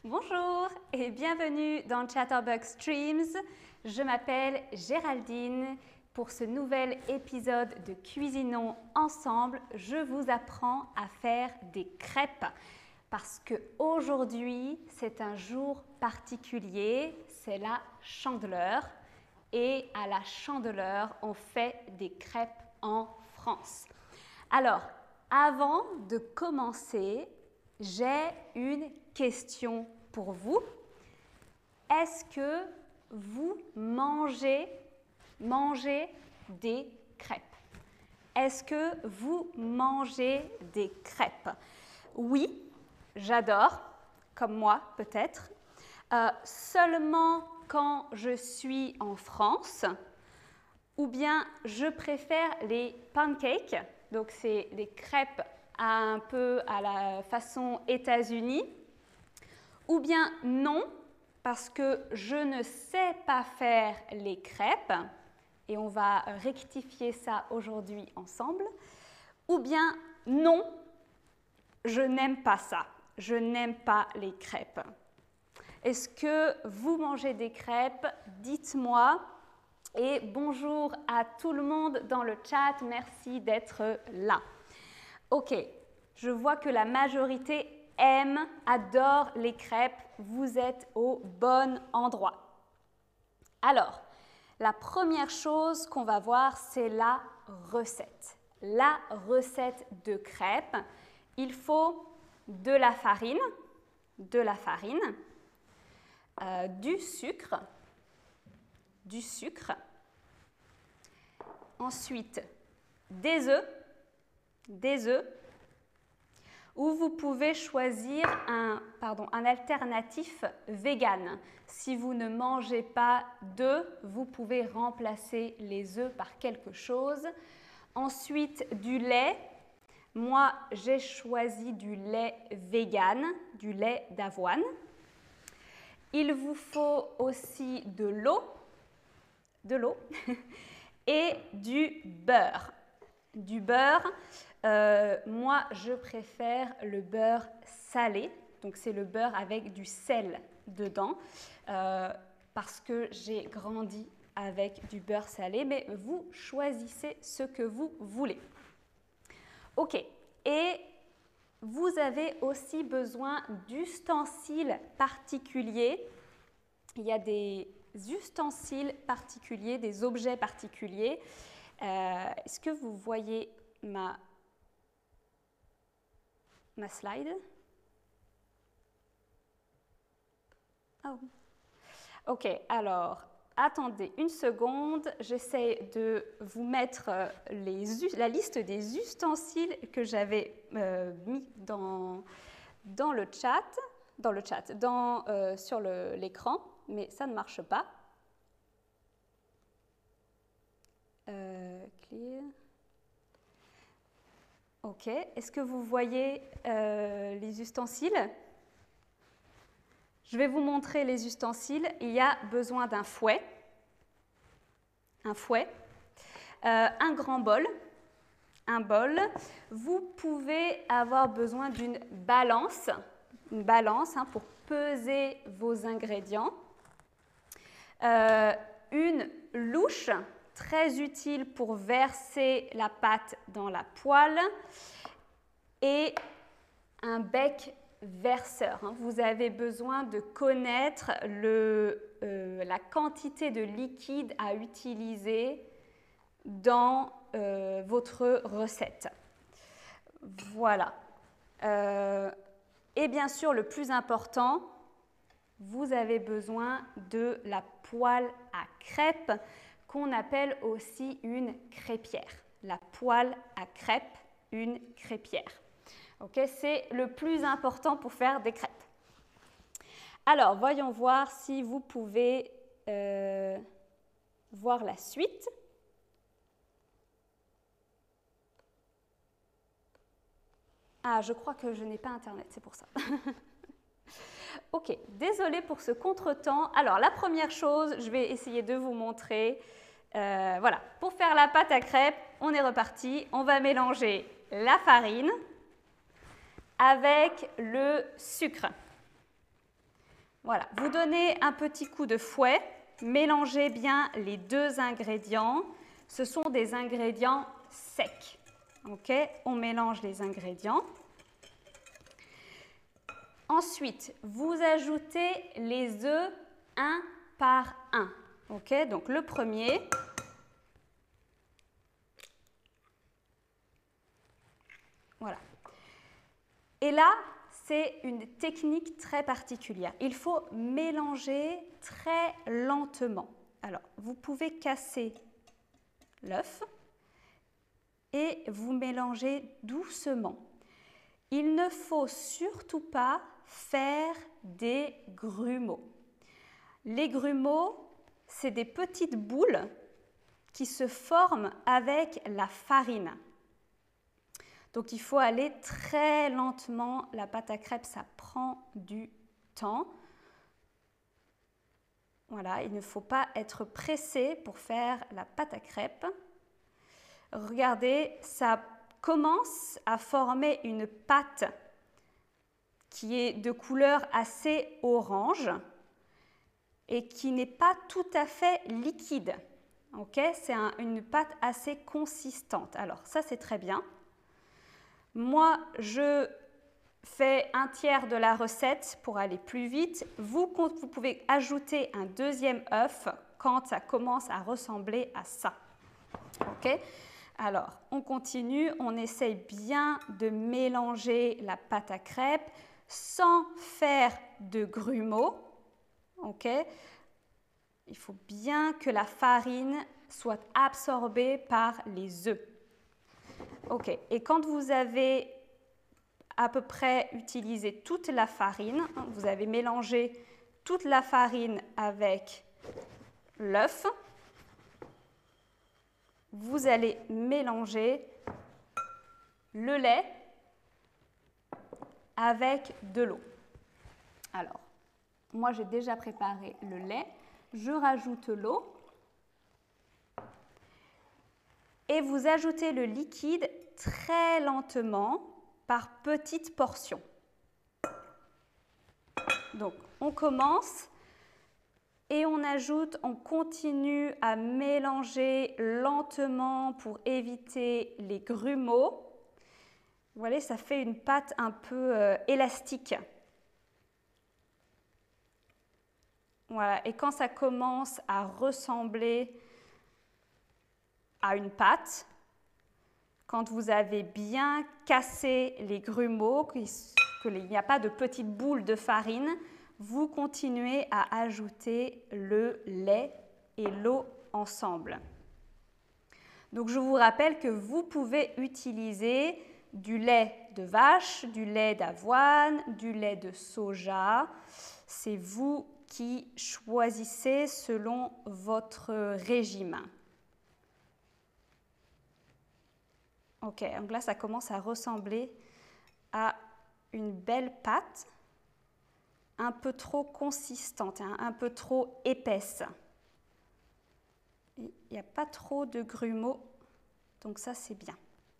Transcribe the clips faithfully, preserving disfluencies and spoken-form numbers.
Bonjour et bienvenue dans Chatterbox Streams. Je m'appelle Géraldine. Pour ce nouvel épisode de Cuisinons ensemble, je vous apprends à faire des crêpes. Parce qu'aujourd'hui, c'est un jour particulier, c'est la Chandeleur. Et à la Chandeleur, on fait des crêpes en France. Alors, avant de commencer, j'ai une question pour vous. Est-ce que vous mangez, mangez des crêpes? Est-ce que vous mangez des crêpes? Oui, j'adore, comme moi peut-être. Euh, seulement quand je suis en France, ou bien je préfère les pancakes, donc c'est des crêpes un peu à la façon États-Unis, ou bien non, parce que je ne sais pas faire les crêpes, et on va rectifier ça aujourd'hui ensemble, ou bien non, je n'aime pas ça, je n'aime pas les crêpes. Est-ce que vous mangez des crêpes? Dites-moi. Et bonjour à tout le monde dans le chat, merci d'être là. Ok, je vois que la majorité aime, adore les crêpes, vous êtes au bon endroit. Alors, la première chose qu'on va voir, c'est la recette. La recette de crêpes, il faut de la farine, de la farine, euh, du sucre, du sucre, ensuite des œufs, des œufs, ou vous pouvez choisir un, pardon, un alternatif vegan. Si vous ne mangez pas d'œufs, vous pouvez remplacer les œufs par quelque chose. Ensuite, du lait. Moi, j'ai choisi du lait vegan, du lait d'avoine. Il vous faut aussi de l'eau, de l'eau et du beurre. Du beurre, euh, moi je préfère le beurre salé, donc c'est le beurre avec du sel dedans, euh, parce que j'ai grandi avec du beurre salé, mais vous choisissez ce que vous voulez. Ok, et vous avez aussi besoin d'ustensiles particuliers. Il y a des ustensiles particuliers, des objets particuliers. Euh, Est-ce que vous voyez ma, ma slide? Oh. Ok, alors, attendez une seconde. J'essaie de vous mettre les, la liste des ustensiles que j'avais euh, mis dans, dans le chat, dans le chat, dans, euh, sur l'écran, mais ça ne marche pas. Euh, clear. Ok, est-ce que vous voyez euh, les ustensiles? Je vais vous montrer les ustensiles. Il y a besoin d'un fouet, un fouet, euh, un grand bol, un bol. Vous pouvez avoir besoin d'une balance, une balance hein, pour peser vos ingrédients, euh, une louche, très utile pour verser la pâte dans la poêle, et un bec verseur. Vous avez besoin de connaître le, euh, la quantité de liquide à utiliser dans euh, votre recette. Voilà. Euh, et bien sûr, le plus important, vous avez besoin de la poêle à crêpes, qu'on appelle aussi une crêpière. La poêle à crêpes, une crêpière. Okay, c'est le plus important pour faire des crêpes. Alors, voyons voir si vous pouvez euh, voir la suite. Ah, je crois que je n'ai pas Internet, c'est pour ça. Ok, désolée pour ce contretemps. Alors, la première chose, je vais essayer de vous montrer. Euh, voilà, pour faire la pâte à crêpes, on est reparti. On va mélanger la farine avec le sucre. Voilà, vous donnez un petit coup de fouet, mélangez bien les deux ingrédients. Ce sont des ingrédients secs. Ok, on mélange les ingrédients. Ensuite, vous ajoutez les œufs un par un. Ok, donc le premier. Voilà. Et là, c'est une technique très particulière. Il faut mélanger très lentement. Alors, vous pouvez casser l'œuf et vous mélangez doucement. Il ne faut surtout pas faire des grumeaux. Les grumeaux, c'est des petites boules qui se forment avec la farine. Donc il faut aller très lentement. La pâte à crêpes, ça prend du temps. Voilà, il ne faut pas être pressé pour faire la pâte à crêpes. Regardez, ça commence à former une pâte qui est de couleur assez orange et qui n'est pas tout à fait liquide. Okay, c'est un, une pâte assez consistante. Alors ça, c'est très bien. Moi, je fais un tiers de la recette pour aller plus vite. Vous, vous pouvez ajouter un deuxième œuf quand ça commence à ressembler à ça. Ok ? Alors, on continue. On essaye bien de mélanger la pâte à crêpes sans faire de grumeaux. Ok ? Il faut bien que la farine soit absorbée par les œufs. Ok, et quand vous avez à peu près utilisé toute la farine, vous avez mélangé toute la farine avec l'œuf, vous allez mélanger le lait avec de l'eau. Alors, moi j'ai déjà préparé le lait, je rajoute l'eau. Et vous ajoutez le liquide très lentement par petites portions. Donc, on commence et on ajoute, on continue à mélanger lentement pour éviter les grumeaux. Vous voyez, ça fait une pâte un peu euh, élastique. Voilà, et quand ça commence à ressembler à une pâte, quand vous avez bien cassé les grumeaux, qu'il n'y a pas de petites boules de farine, vous continuez à ajouter le lait et l'eau ensemble. Donc je vous rappelle que vous pouvez utiliser du lait de vache, du lait d'avoine, du lait de soja. C'est vous qui choisissez selon votre régime. Ok, donc là, ça commence à ressembler à une belle pâte, un peu trop consistante, hein, un peu trop épaisse. Il n'y a pas trop de grumeaux, donc ça, c'est bien.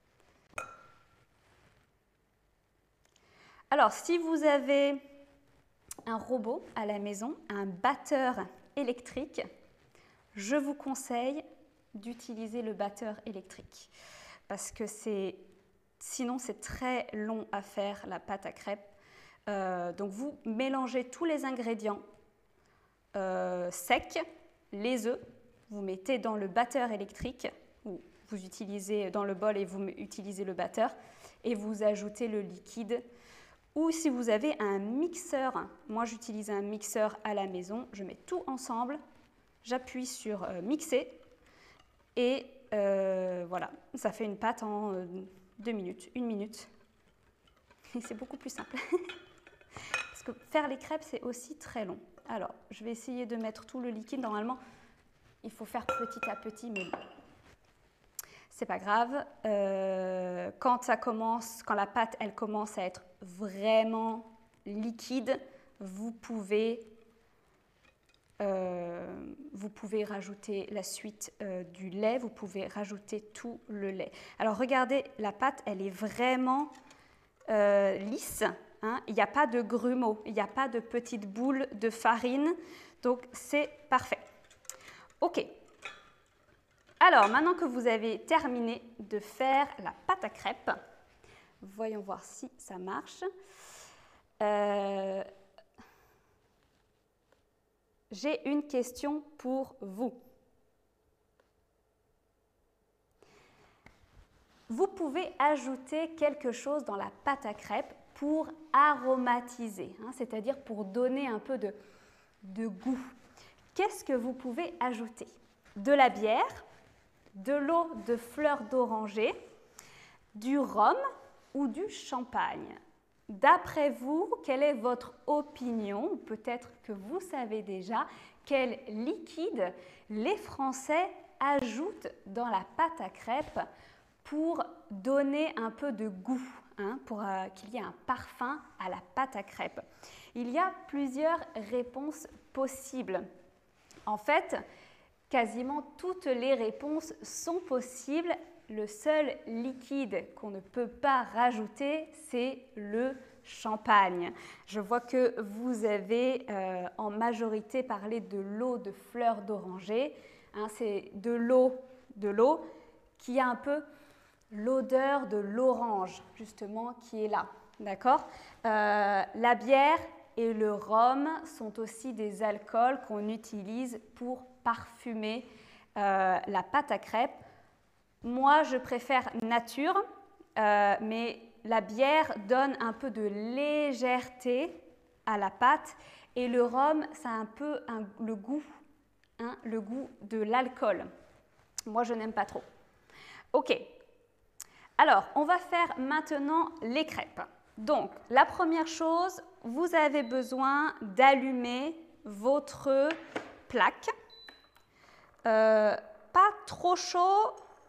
Alors, si vous avez un robot à la maison, un batteur électrique, je vous conseille d'utiliser le batteur électrique. Parce que c'est, sinon c'est très long à faire la pâte à crêpes. Euh, donc vous mélangez tous les ingrédients euh, secs, les œufs, vous mettez dans le batteur électrique, ou vous utilisez dans le bol et vous utilisez le batteur, et vous ajoutez le liquide. Ou si vous avez un mixeur, moi j'utilise un mixeur à la maison, je mets tout ensemble, j'appuie sur euh, mixer et Euh, voilà, ça fait une pâte en euh, deux minutes, une minute. Et c'est beaucoup plus simple. Parce que faire les crêpes, c'est aussi très long. Alors, je vais essayer de mettre tout le liquide. Normalement, il faut faire petit à petit, mais c'est pas grave. Euh, quand ça commence, quand la pâte, elle commence à être vraiment liquide, vous pouvez Euh, vous pouvez rajouter la suite euh, du lait, vous pouvez rajouter tout le lait. Alors regardez, la pâte, elle est vraiment euh, lisse, hein, il n'y a pas de grumeaux, il n'y a pas de petites boules de farine, donc c'est parfait. Ok. Alors, maintenant que vous avez terminé de faire la pâte à crêpes, voyons voir si ça marche. Euh, J'ai une question pour vous. Vous pouvez ajouter quelque chose dans la pâte à crêpes pour aromatiser, hein, c'est-à-dire pour donner un peu de, de goût. Qu'est-ce que vous pouvez ajouter? De la bière, de l'eau de fleurs d'oranger, du rhum ou du champagne? D'après vous, quelle est votre opinion? Peut-être que vous savez déjà quel liquide les Français ajoutent dans la pâte à crêpes pour donner un peu de goût, hein, pour euh, qu'il y ait un parfum à la pâte à crêpes. Il y a plusieurs réponses possibles. En fait, quasiment toutes les réponses sont possibles. Le seul liquide qu'on ne peut pas rajouter, c'est le champagne. Je vois que vous avez euh, en majorité parlé de l'eau de fleurs d'oranger. Hein, c'est de l'eau, de l'eau qui a un peu l'odeur de l'orange, justement, qui est là. D'accord? euh, La bière et le rhum sont aussi des alcools qu'on utilise pour parfumer euh, la pâte à crêpes. Moi, je préfère nature, euh, mais la bière donne un peu de légèreté à la pâte et le rhum, ça a un peu un, le goût, hein, le goût de l'alcool. Moi, je n'aime pas trop. Ok. Alors, on va faire maintenant les crêpes. Donc, la première chose, vous avez besoin d'allumer votre plaque. Euh, pas trop chaud,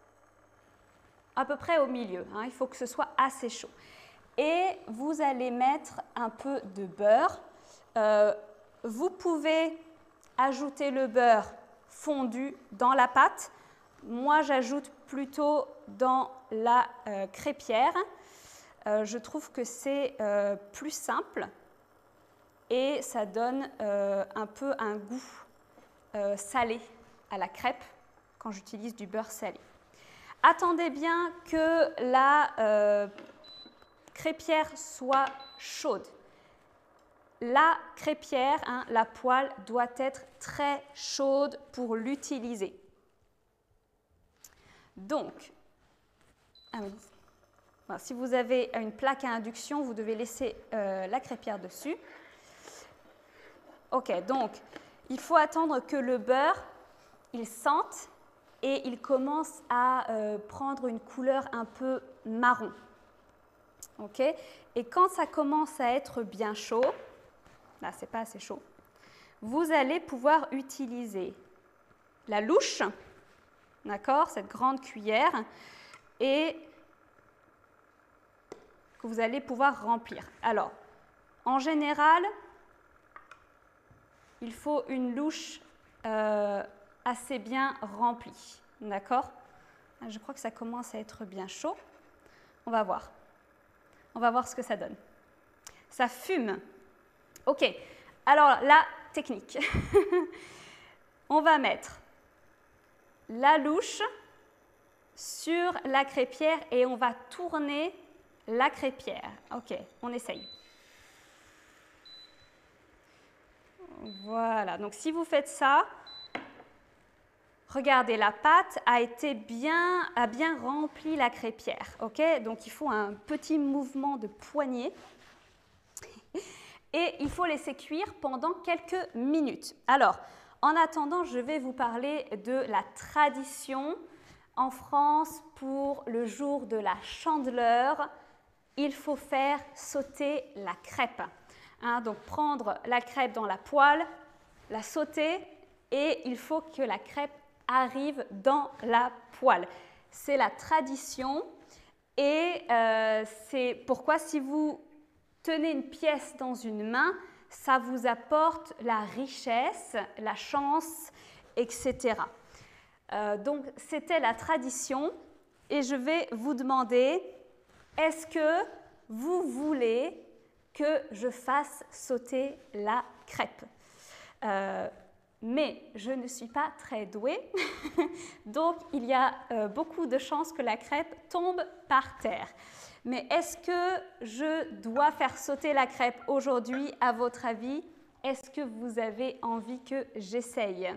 à peu près au milieu. Hein, il faut que ce soit assez chaud. Et vous allez mettre un peu de beurre. Euh, vous pouvez ajouter le beurre fondu dans la pâte. Moi, j'ajoute plutôt dans la euh, crêpière. Euh, je trouve que c'est euh, plus simple et ça donne euh, un peu un goût euh, salé à la crêpe quand j'utilise du beurre salé. Attendez bien que la euh, crêpière soit chaude. La crêpière, hein, la poêle, doit être très chaude pour l'utiliser. Donc, ah oui. Bon, si vous avez une plaque à induction, vous devez laisser euh, la crêpière dessus. Ok, donc il faut attendre que le beurre il sente et il commence à euh, prendre une couleur un peu marron. Ok, et quand ça commence à être bien chaud, là c'est pas assez chaud, vous allez pouvoir utiliser la louche, d'accord, cette grande cuillère, et que vous allez pouvoir remplir. Alors, en général, il faut une louche euh, assez bien remplie, d'accord? Je crois que ça commence à être bien chaud. On va voir. On va voir ce que ça donne. Ça fume. Ok, alors la technique. On va mettre la louche sur la crêpière et on va tourner la crêpière. Ok, on essaye. Voilà, donc si vous faites ça, regardez, la pâte a été bien, a bien rempli la crêpière. Ok, donc il faut un petit mouvement de poignet et il faut laisser cuire pendant quelques minutes. Alors, en attendant, je vais vous parler de la tradition en France pour le jour de la Chandeleur. Il faut faire sauter la crêpe. Hein, donc prendre la crêpe dans la poêle, la sauter et il faut que la crêpe arrive dans la poêle. C'est la tradition et euh, c'est pourquoi si vous tenez une pièce dans une main, ça vous apporte la richesse, la chance, et cetera. Euh, donc c'était la tradition et je vais vous demander, est-ce que vous voulez que je fasse sauter la crêpe. Euh, mais je ne suis pas très douée, donc il y a euh, beaucoup de chances que la crêpe tombe par terre. Mais est-ce que je dois faire sauter la crêpe aujourd'hui, à votre avis? Est-ce que vous avez envie que j'essaye?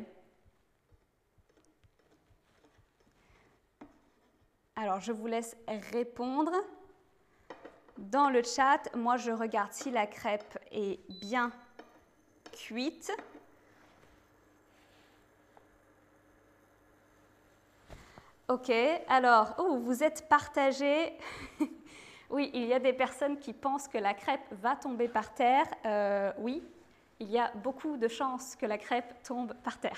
Alors, je vous laisse répondre. Dans le chat, moi, je regarde si la crêpe est bien cuite. Ok, alors, oh, vous êtes partagés. Oui, il y a des personnes qui pensent que la crêpe va tomber par terre. Euh, oui, il y a beaucoup de chances que la crêpe tombe par terre.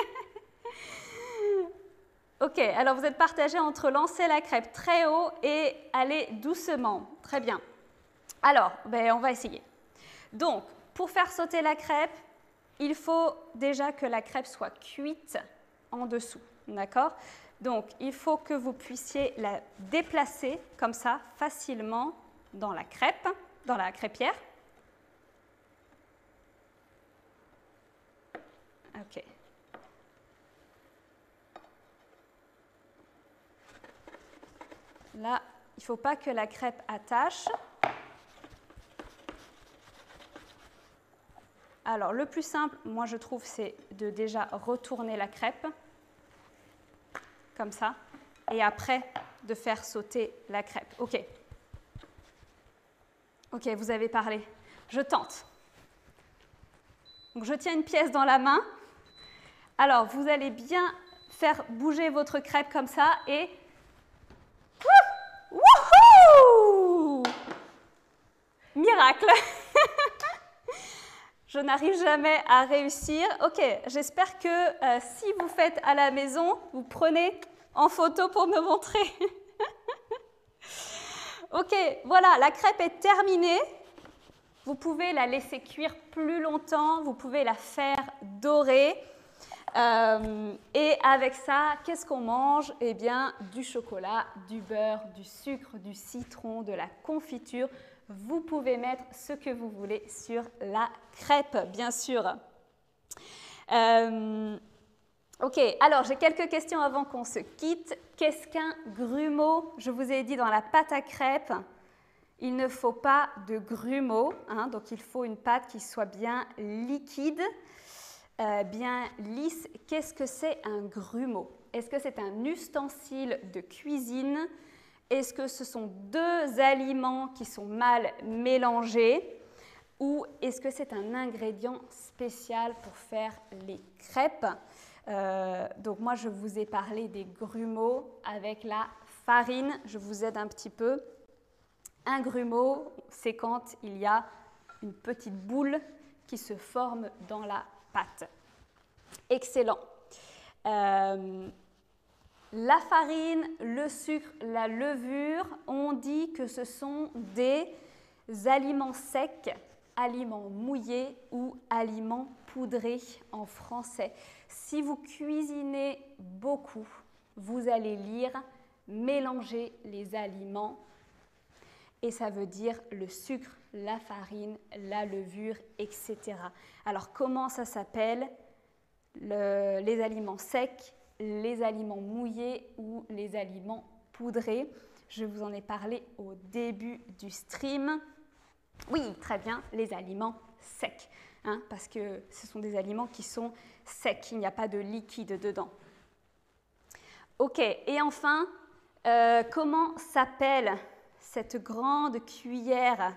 Ok, alors vous êtes partagés entre lancer la crêpe très haut et aller doucement. Très bien. Alors, ben, on va essayer. Donc, pour faire sauter la crêpe, il faut déjà que la crêpe soit cuite en dessous. D'accord? Donc, il faut que vous puissiez la déplacer comme ça, facilement, dans la crêpe, dans la crêpière. Ok. Là, il ne faut pas que la crêpe attache. Alors, le plus simple, moi, je trouve, c'est de déjà retourner la crêpe, comme ça, et après, de faire sauter la crêpe. OK. OK, vous avez parlé. Je tente. Donc, je tiens une pièce dans la main. Alors, vous allez bien faire bouger votre crêpe comme ça et... Wouhou! Miracle! Je n'arrive jamais à réussir. Ok, j'espère que euh, si vous faites à la maison, vous prenez en photo pour me montrer. Ok, voilà, la crêpe est terminée. Vous pouvez la laisser cuire plus longtemps, vous pouvez la faire dorer. Euh, et avec ça, qu'est-ce qu'on mange? Eh bien, du chocolat, du beurre, du sucre, du citron, de la confiture. Vous pouvez mettre ce que vous voulez sur la crêpe, bien sûr. Euh, ok, alors j'ai quelques questions avant qu'on se quitte. Qu'est-ce qu'un grumeau? Je vous ai dit dans la pâte à crêpes, il ne faut pas de grumeaux, hein, donc il faut une pâte qui soit bien liquide. Euh, bien lisse. Qu'est-ce que c'est un grumeau? Est-ce que c'est un ustensile de cuisine? Est-ce que ce sont deux aliments qui sont mal mélangés? Ou est-ce que c'est un ingrédient spécial pour faire les crêpes? euh, Donc moi, je vous ai parlé des grumeaux avec la farine. Je vous aide un petit peu. Un grumeau, c'est quand il y a une petite boule qui se forme dans la pâte. Excellent. Euh, la farine, le sucre, la levure, on dit que ce sont des aliments secs, aliments mouillés ou aliments poudrés en français. Si vous cuisinez beaucoup, vous allez lire mélanger les aliments et ça veut dire le sucre, la farine, la levure, et cetera. Alors, comment ça s'appelle? Le, les aliments secs, les aliments mouillés ou les aliments poudrés. Je vous en ai parlé au début du stream. Oui, très bien, les aliments secs, hein, parce que ce sont des aliments qui sont secs, il n'y a pas de liquide dedans. Ok, et enfin, euh, comment s'appelle cette grande cuillère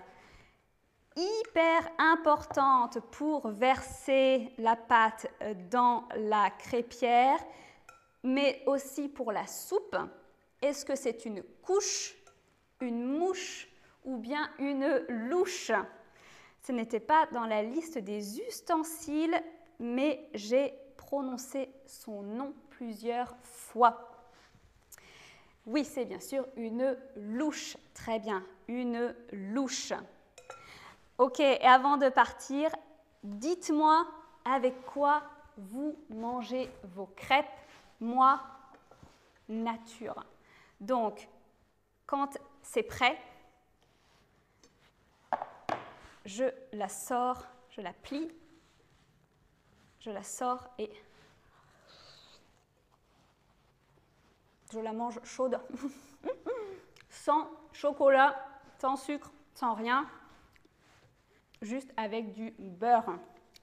hyper importante pour verser la pâte dans la crêpière, mais aussi pour la soupe? Est-ce que c'est une couche, une mouche ou bien une louche? Ce n'était pas dans la liste des ustensiles, mais j'ai prononcé son nom plusieurs fois. Oui, c'est bien sûr une louche. Très bien, une louche. Ok, et avant de partir, dites-moi avec quoi vous mangez vos crêpes. Moi, nature. Donc, quand c'est prêt, je la sors, je la plie, je la sors et je la mange chaude, sans chocolat, sans sucre, sans rien, juste avec du beurre.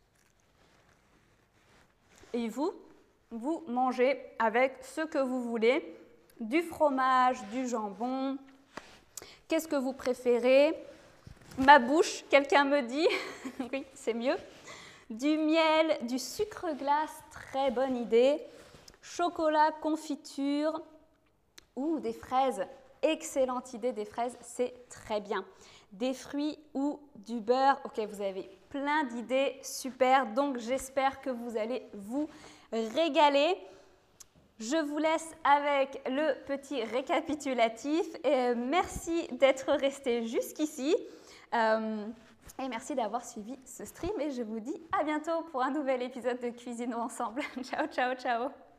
Et vous, vous mangez avec ce que vous voulez, du fromage, du jambon. Qu'est-ce que vous préférez? Ma bouche, quelqu'un me dit, oui, c'est mieux. Du miel, du sucre glace, très bonne idée. Chocolat, confiture ou des fraises, excellente idée, des fraises, c'est très bien. Des fruits ou du beurre, ok, vous avez plein d'idées, super. Donc, j'espère que vous allez vous régaler. Je vous laisse avec le petit récapitulatif. Et merci d'être resté jusqu'ici. Euh, et merci d'avoir suivi ce stream. Et je vous dis à bientôt pour un nouvel épisode de Cuisinons ensemble. Ciao, ciao, ciao.